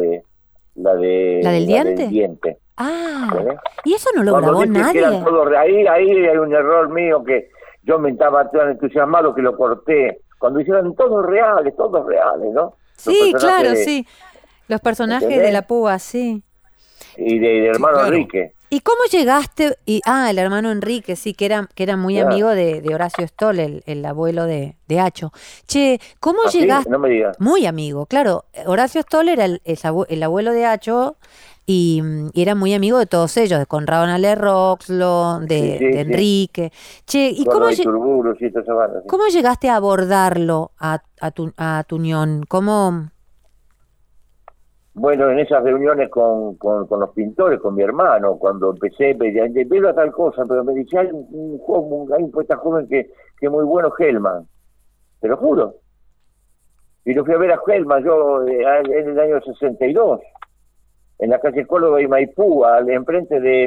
del diente? Diente. Ah, ¿Entendés? y eso no lo Cuando grabó dicen que nadie. eran todos ahí hay un error mío que yo me estaba tan entusiasmado que lo corté. Cuando hicieron todos reales, ¿no? Sí, Los personajes claro, sí. Los personajes ¿entendés? de la púa, sí. Y de hermano claro. Enrique. ¿Y cómo llegaste? El hermano Enrique, sí, que era muy Claro. amigo de Horacio Stoll, el abuelo de Acho. Che, ¿cómo ¿Ah, sí? llegaste? No me digas. Muy amigo, claro. Horacio Stoll era el abuelo de Acho y era muy amigo de todos ellos, de Conrado Nale Roxlo, de Sí, sí. Enrique. Che, ¿y Con cómo, los Iturburu, y toda esa banda, sí. cómo llegaste a abordarlo a Tuñón? ¿Cómo? Bueno, en esas reuniones con los pintores, con mi hermano, cuando empecé, veo a tal cosa, pero me dice, hay un poeta joven que es muy bueno, Hellman. Te lo juro. Y lo fui a ver a Hellman yo en el año 62. en la calle Córdoba y Maipú, enfrente de...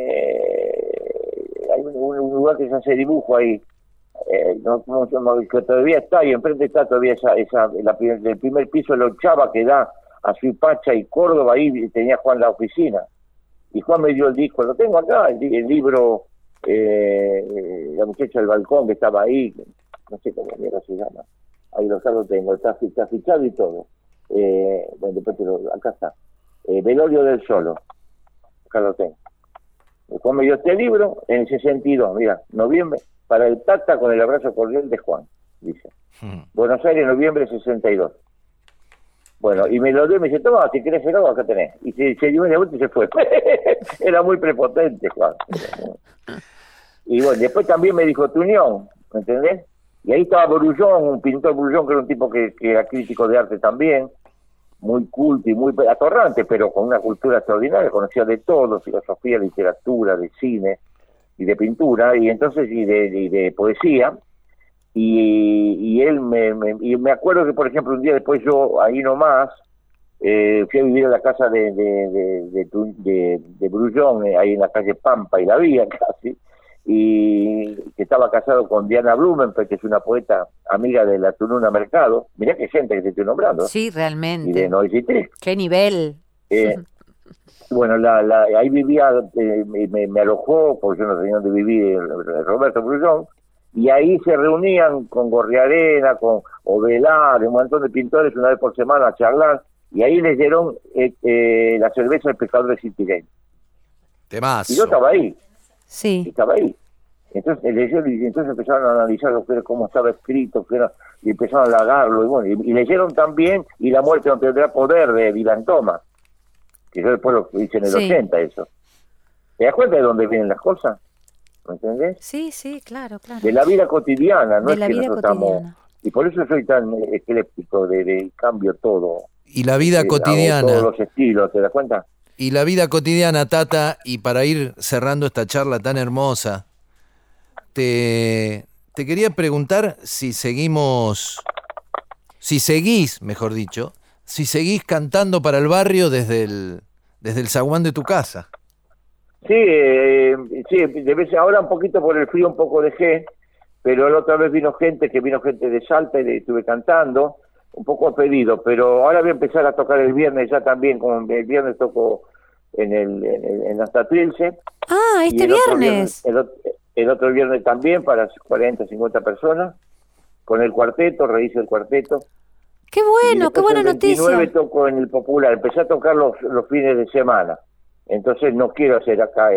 hay un lugar que se hace dibujo ahí, que todavía está, y enfrente está todavía el primer piso de la ochava que da a Suipacha y Córdoba, ahí tenía Juan la oficina. Y Juan me dio el disco, lo tengo acá, el libro, La muchacha del balcón, que estaba ahí, no sé cómo mierda se llama, ahí lo tengo, está fichado y todo. Bueno, después acá está. Velorio del Solo, acá lo tengo. Juan me dio este libro en el 62, mira, noviembre, para el Tata con el abrazo cordial de Juan, dice. Buenos Aires, noviembre 62. Bueno, y me lo dio y me dice, toma, si querés helado, acá tenés. Y se dio una vuelta y se fue. Era muy prepotente, Juan. Y bueno, después también me dijo Tuñón, ¿me entendés? Y ahí estaba Brullón, un pintor Brullón, que era un tipo que era crítico de arte también, muy culto y muy atorrante, pero con una cultura extraordinaria, conocía de todo, filosofía, literatura, de cine y de pintura, y entonces y de poesía. Y él me acuerdo que, por ejemplo, un día después yo, ahí nomás, fui a vivir a la casa de Brullón, ahí en la calle Pampa y la Vía casi, y que estaba casado con Diana Blumenfeld, que es una poeta amiga de la Tununa Mercado. Mirá qué gente que te estoy nombrando. Sí, realmente. Y de Noisy Trick. Qué nivel. Bueno, ahí vivía, me alojó, porque yo no tenía donde vivir, Roberto Brullón, y ahí se reunían con Gorriarena, con Ovelar, un montón de pintores una vez por semana a charlar, y ahí les dieron la cerveza del pescador de Citigueño. Temazo. Y yo estaba ahí. Sí. Estaba ahí. Entonces empezaron a analizar cómo estaba escrito, y empezaron a halagarlo, y bueno, y leyeron también Y la muerte no tendrá poder, de Dylan Thomas, que yo después lo hice en el 80 eso. ¿Te das cuenta de dónde vienen las cosas? ¿Me entendés? Sí, claro. De la vida cotidiana, no de es la que vida nosotros cotidiana. estamos... Y por eso soy tan ecléptico, de cambio todo. Y la vida cotidiana. Todos los estilos, ¿te das cuenta? Y la vida cotidiana, Tata, y para ir cerrando esta charla tan hermosa, te quería preguntar si seguís, mejor dicho, si seguís cantando para el barrio desde el zaguán de tu casa. Sí, de vez ahora un poquito por el frío un poco dejé, pero la otra vez vino gente de Salta y le estuve cantando, un poco a pedido, pero ahora voy a empezar a tocar el viernes ya también, como el viernes toco en Hasta Trilce. Ah, este viernes. El otro viernes también para 40, 50 personas, con el cuarteto, rehice el cuarteto. Qué bueno, qué buena el 29 noticia. toco en el Popular, empecé a tocar los fines de semana. Entonces no quiero hacer acá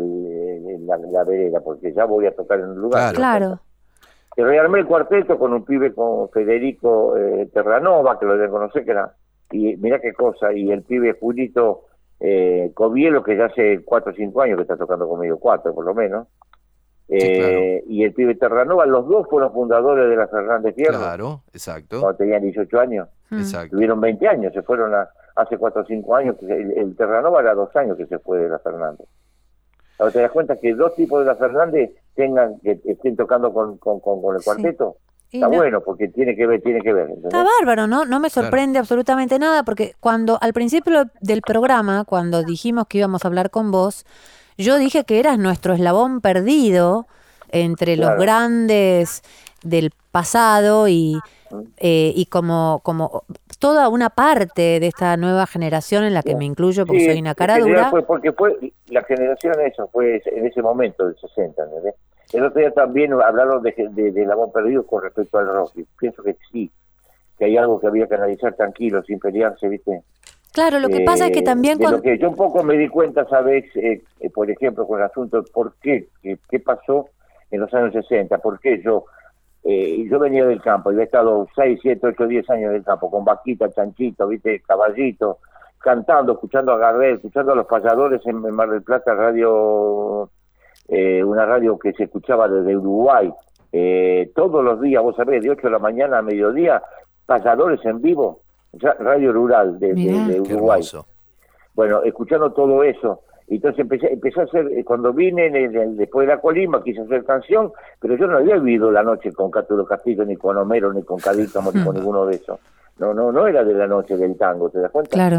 la vereda, porque ya voy a tocar en un lugar. Claro. Y rearmé el cuarteto con un pibe, con Federico Terranova, que lo de conocer, que era, y mirá qué cosa, y el pibe Julito Covielo, que ya hace 4 o 5 años que está tocando conmigo, 4 por lo menos. Sí, claro. Y el pibe Terranova, los dos fueron fundadores de la Fernández Fierro. Claro, exacto. Cuando tenían 18 años. Exacto. Tuvieron 20 años, se fueron hace 4 o 5 años. El Terranova era 2 años que se fue de la Fernández. Ahora te das cuenta que 2 tipos de la Fernández que estén tocando con el cuarteto. Sí. Está bueno, porque tiene que ver. ¿entendés? Está bárbaro, ¿no? No me sorprende absolutamente nada, porque al principio del programa, cuando dijimos que íbamos a hablar con vos, yo dije que eras nuestro eslabón perdido entre los grandes del pasado y como toda una parte de esta nueva generación en la que me incluyo, porque soy una cara dura. Porque fue la generación fue en ese momento del 60, ¿entendés? El otro día también hablaron de eslabón perdido con respecto al rock. Y pienso que sí, que hay algo que había que analizar tranquilo, sin pelearse, ¿viste? Claro, lo que pasa es que también lo que yo un poco me di cuenta, ¿sabes? Por ejemplo, con el asunto de por qué pasó en los años 60, por qué yo venía del campo, y he estado 6, 7, 8, 10 años del campo, con vaquita, chanchito, ¿viste? Caballito, cantando, escuchando a Gardel, escuchando a los payadores en Mar del Plata, radio, una radio que se escuchaba desde Uruguay, todos los días, vos sabés, de 8 de la mañana a mediodía, payadores en vivo, radio rural de Uruguay. Bueno, escuchando todo eso, entonces empecé a hacer, cuando vine después de la Colima, quise hacer canción, pero yo no había vivido la noche con Cátulo Castillo, ni con Homero, ni con Cadícamo, ni con ninguno de esos. No era de la noche del tango, ¿te das cuenta? Claro.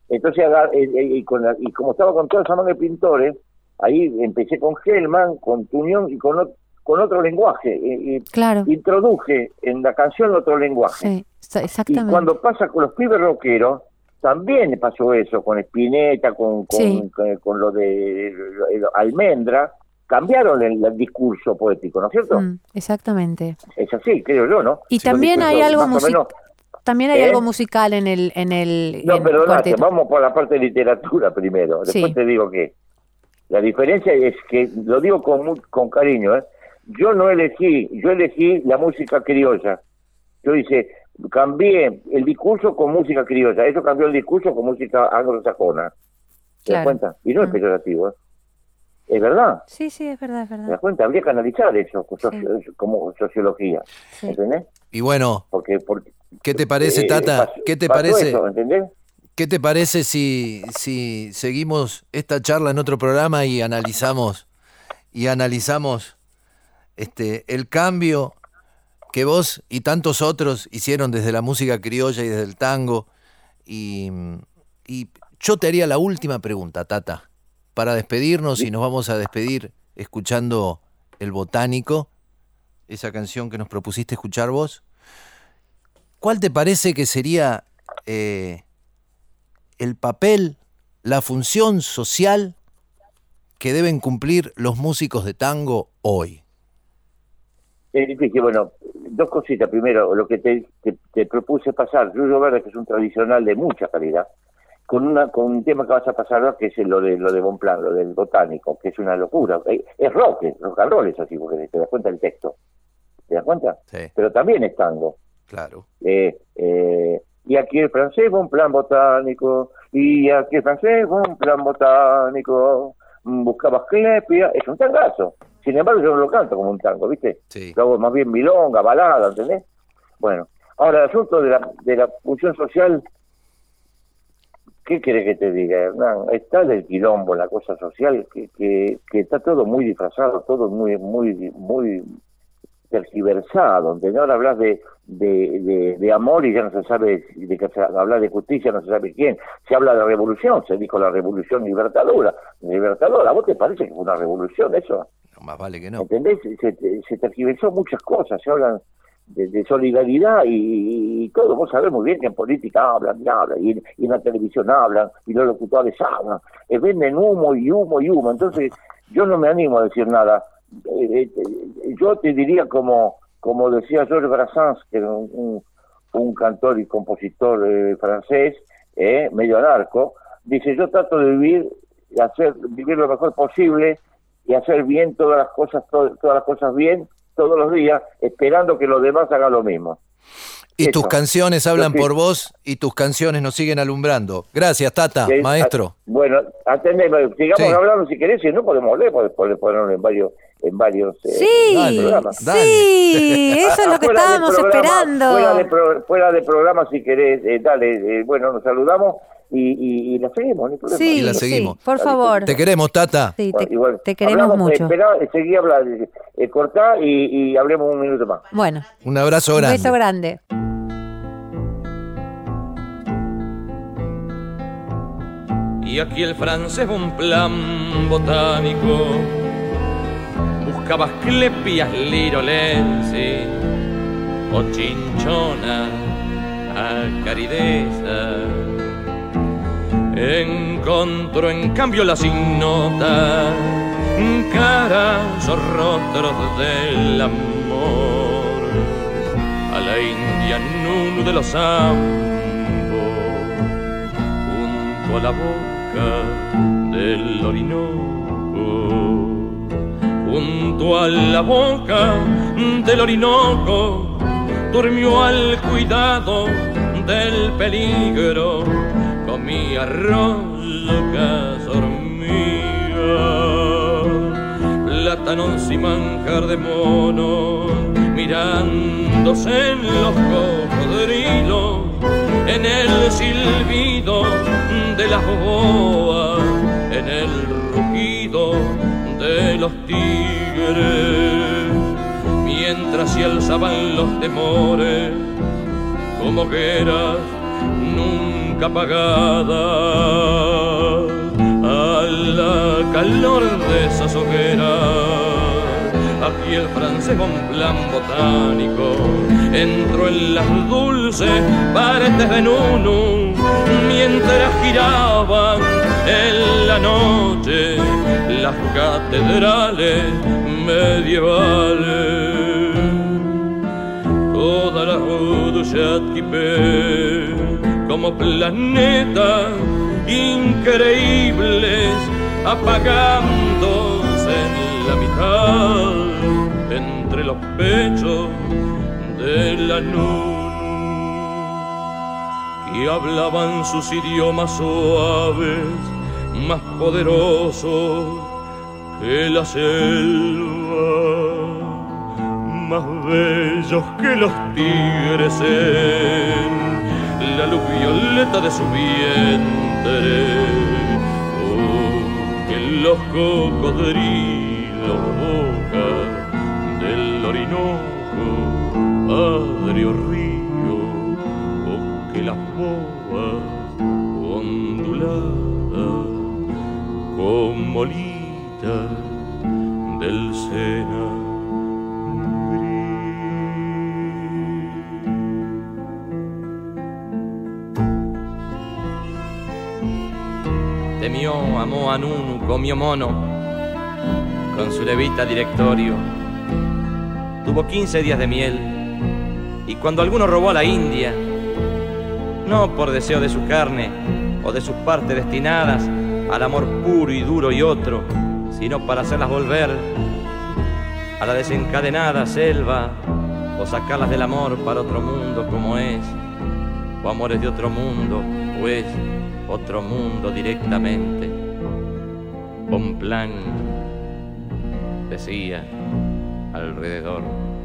Entonces, y como estaba con toda esa mano de pintores, ahí empecé con Hellman, con Tuñón y con otro lenguaje. Claro. Introduje en la canción otro lenguaje. Sí, exactamente. Y cuando pasa con los pibes rockeros, también pasó eso, con Spinetta, con lo de Almendra, cambiaron el discurso poético, ¿no es cierto? Exactamente. Es así, creo yo, ¿no? Y también hay algo musical. También hay algo musical en el No, perdónate, cuarteto. vamos por la parte de literatura primero. Después te digo que la diferencia es que, lo digo con cariño, yo elegí la música criolla. Yo cambié el discurso con música criolla. Eso cambió el discurso con música anglosajona. ¿Te das cuenta? Y no es peyorativo, es verdad. Sí, es verdad. ¿Te das cuenta? Habría que analizar eso como sociología. Sí. ¿Entendés? Y bueno, porque ¿qué te parece, Tata? ¿Qué te parece? Eso, ¿entendés? ¿Qué te parece si seguimos esta charla en otro programa y analizamos el cambio que vos y tantos otros hicieron desde la música criolla y desde el tango? Y yo te haría la última pregunta, Tata, para despedirnos, y nos vamos a despedir escuchando El Botánico, esa canción que nos propusiste escuchar vos. ¿Cuál te parece que sería el papel, la función social que deben cumplir los músicos de tango hoy? Es difícil, bueno, dos cositas. Primero, lo que te propuse pasar, Yuyo Verde, que es un tradicional de mucha calidad, con un tema que vas a pasar ahora, que es lo de Bonpland, lo del Botánico, que es una locura. Es rock and roll, es así, porque te das cuenta el texto. ¿Te das cuenta? Sí. Pero también es tango. Claro. Y aquí el francés Bonpland botánico, y aquí el francés Bonpland botánico, buscaba Clepia, es un tangazo. Sin embargo, yo no lo canto como un tango, ¿viste? Sí. Lo hago más bien milonga, balada, ¿entendés? Bueno, ahora el asunto de la función social, ¿qué querés que te diga, Hernán? Está del quilombo la cosa social, que está todo muy disfrazado, todo muy tergiversado, ¿entendés? Ahora hablas de amor y ya no se sabe de qué hablar, de justicia no se sabe quién. Se habla de revolución, se dijo la revolución libertadora. ¿A vos te parece que fue una revolución eso? No, más vale que no. ¿Entendés? Se tergiversó muchas cosas, se hablan de solidaridad y todo. Vos sabés muy bien que en política hablan, y en la televisión hablan, y los locutores hablan, venden humo. Entonces yo no me animo a decir nada. Yo te diría como decía Georges Brassens, que era un cantor y compositor francés, medio anarco, dice: yo trato de vivir lo mejor posible y hacer bien todas las cosas bien todos los días, esperando que los demás hagan lo mismo. Y tus canciones hablan por vos, y tus canciones nos siguen alumbrando. Gracias, Tata, maestro. Bueno, atendeme, sigamos hablando si querés, si no podemos leer, podemos ponerlo en varios programas. Sí, eso es lo que estábamos esperando. Fuera de programa, si querés, dale, bueno, nos saludamos y la seguimos, no hay problema. Sí, y la seguimos. Por favor. Te queremos, Tata. Sí, bueno, te queremos mucho. Seguí hablando, cortá y hablemos un minuto más. Bueno. Un abrazo grande. Un beso grande. Y aquí el francés Bonpland botánico buscaba asclepias lirolenses o chinchona acarideza. Encontró en cambio las ignotas caras o rostros del amor a la India Nunu de los ambos junto a la boca del Orinoco, junto a la boca del Orinoco durmió al cuidado del peligro, comía arroz, locas hormigas, plátanos y manjar de mono, mirándose en los cocodrilos, en el silbido de las boas, en el rugido de los tigres, mientras se alzaban los temores como hogueras nunca nunca apagada, a la calor de esas hogueras. Aquí el francés con plan botánico entró en las dulces paredes de Nunu, mientras giraban en la noche las catedrales medievales. Toda la rue de Châteaubriand como planetas increíbles apagándose en la mitad entre los pechos de la Nunu, y hablaban sus idiomas suaves, más poderosos que la selva, más bellos que los tigres en la luz violeta de su vientre, que los cocodrilos boca del Orinoco, Padre o río, o que las boas onduladas como olitas del Sena. Temió, amó a Nunu, comió mono, con su levita directorio. Tuvo 15 días de miel, y cuando alguno robó a la India, no por deseo de su carne o de sus partes destinadas al amor puro y duro y otro, sino para hacerlas volver a la desencadenada selva, o sacarlas del amor para otro mundo como es, o amores de otro mundo, o es otro mundo directamente. Bonpland decía alrededor: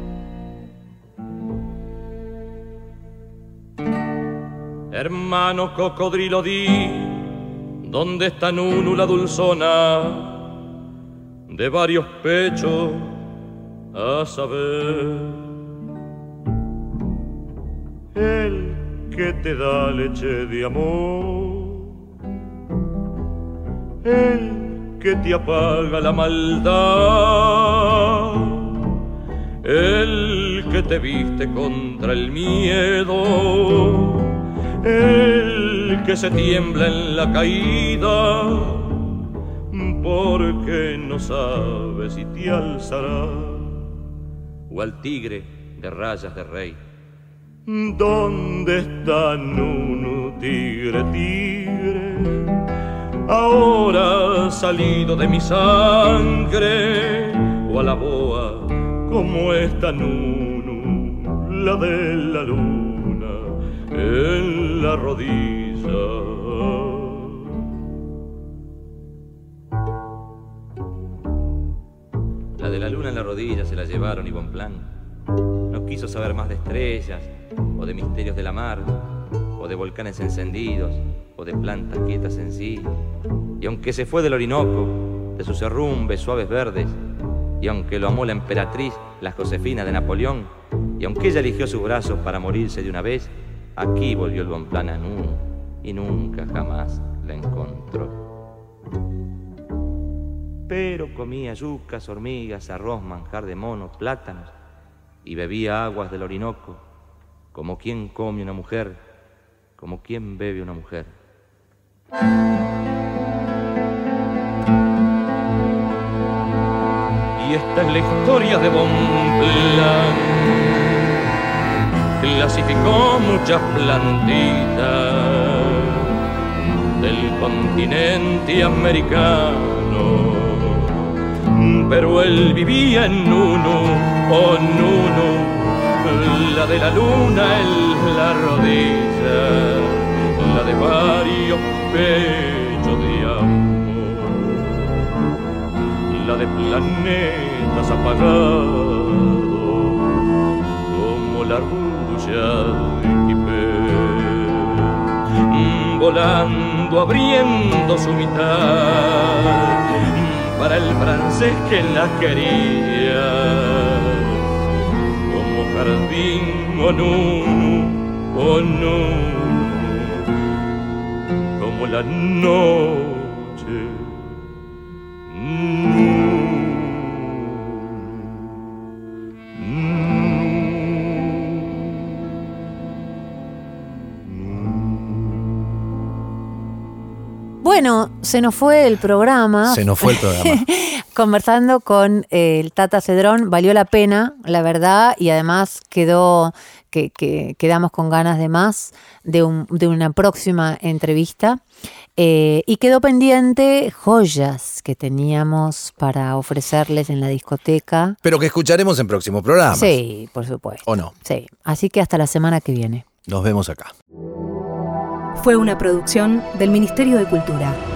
hermano cocodrilo, di, ¿dónde está Nunu la dulzona de varios pechos? A saber, el que te da leche de amor, el que te apaga la maldad, el que te viste contra el miedo, el que se tiembla en la caída, porque no sabe si te alzará, o al tigre de rayas de rey. ¿Dónde está Nunu, tigre, tigre? Ahora salido de mi sangre, o a la boa como esta Nunu, la de la luna en la rodilla. La de la luna en la rodilla se la llevaron, y Bonpland no quiso saber más de estrellas, o de misterios de la mar, o de volcanes encendidos, o de plantas quietas en sí. Y aunque se fue del Orinoco, de sus derrumbes suaves verdes, y aunque lo amó la emperatriz, la Josefina de Napoleón, y aunque ella eligió sus brazos para morirse de una vez, aquí volvió el Bonpland a Nunu, y nunca jamás la encontró. Pero comía yucas, hormigas, arroz, manjar de mono, plátanos, y bebía aguas del Orinoco, como quien come una mujer, como quien bebe una mujer. Y esta es la historia de Bonpland. Clasificó muchas plantitas del continente americano, pero él vivía en Nunu, oh Nunu, la de la luna en la rodilla, la de varios pechos de amor, la de planetas apagados como la rulla de Quipé, volando, abriendo su mitad para el francés que la quería, jardín, oh Nunu, la noche. Bueno, se nos fue el programa. Se nos fue el programa. Conversando con el Tata Cedrón, valió la pena, la verdad, y además quedamos con ganas de más, de una próxima entrevista. Y quedó pendiente joyas que teníamos para ofrecerles en la discoteca. Pero que escucharemos en próximos programas. Sí, por supuesto. ¿O no? Sí, así que hasta la semana que viene. Nos vemos acá. Fue una producción del Ministerio de Cultura.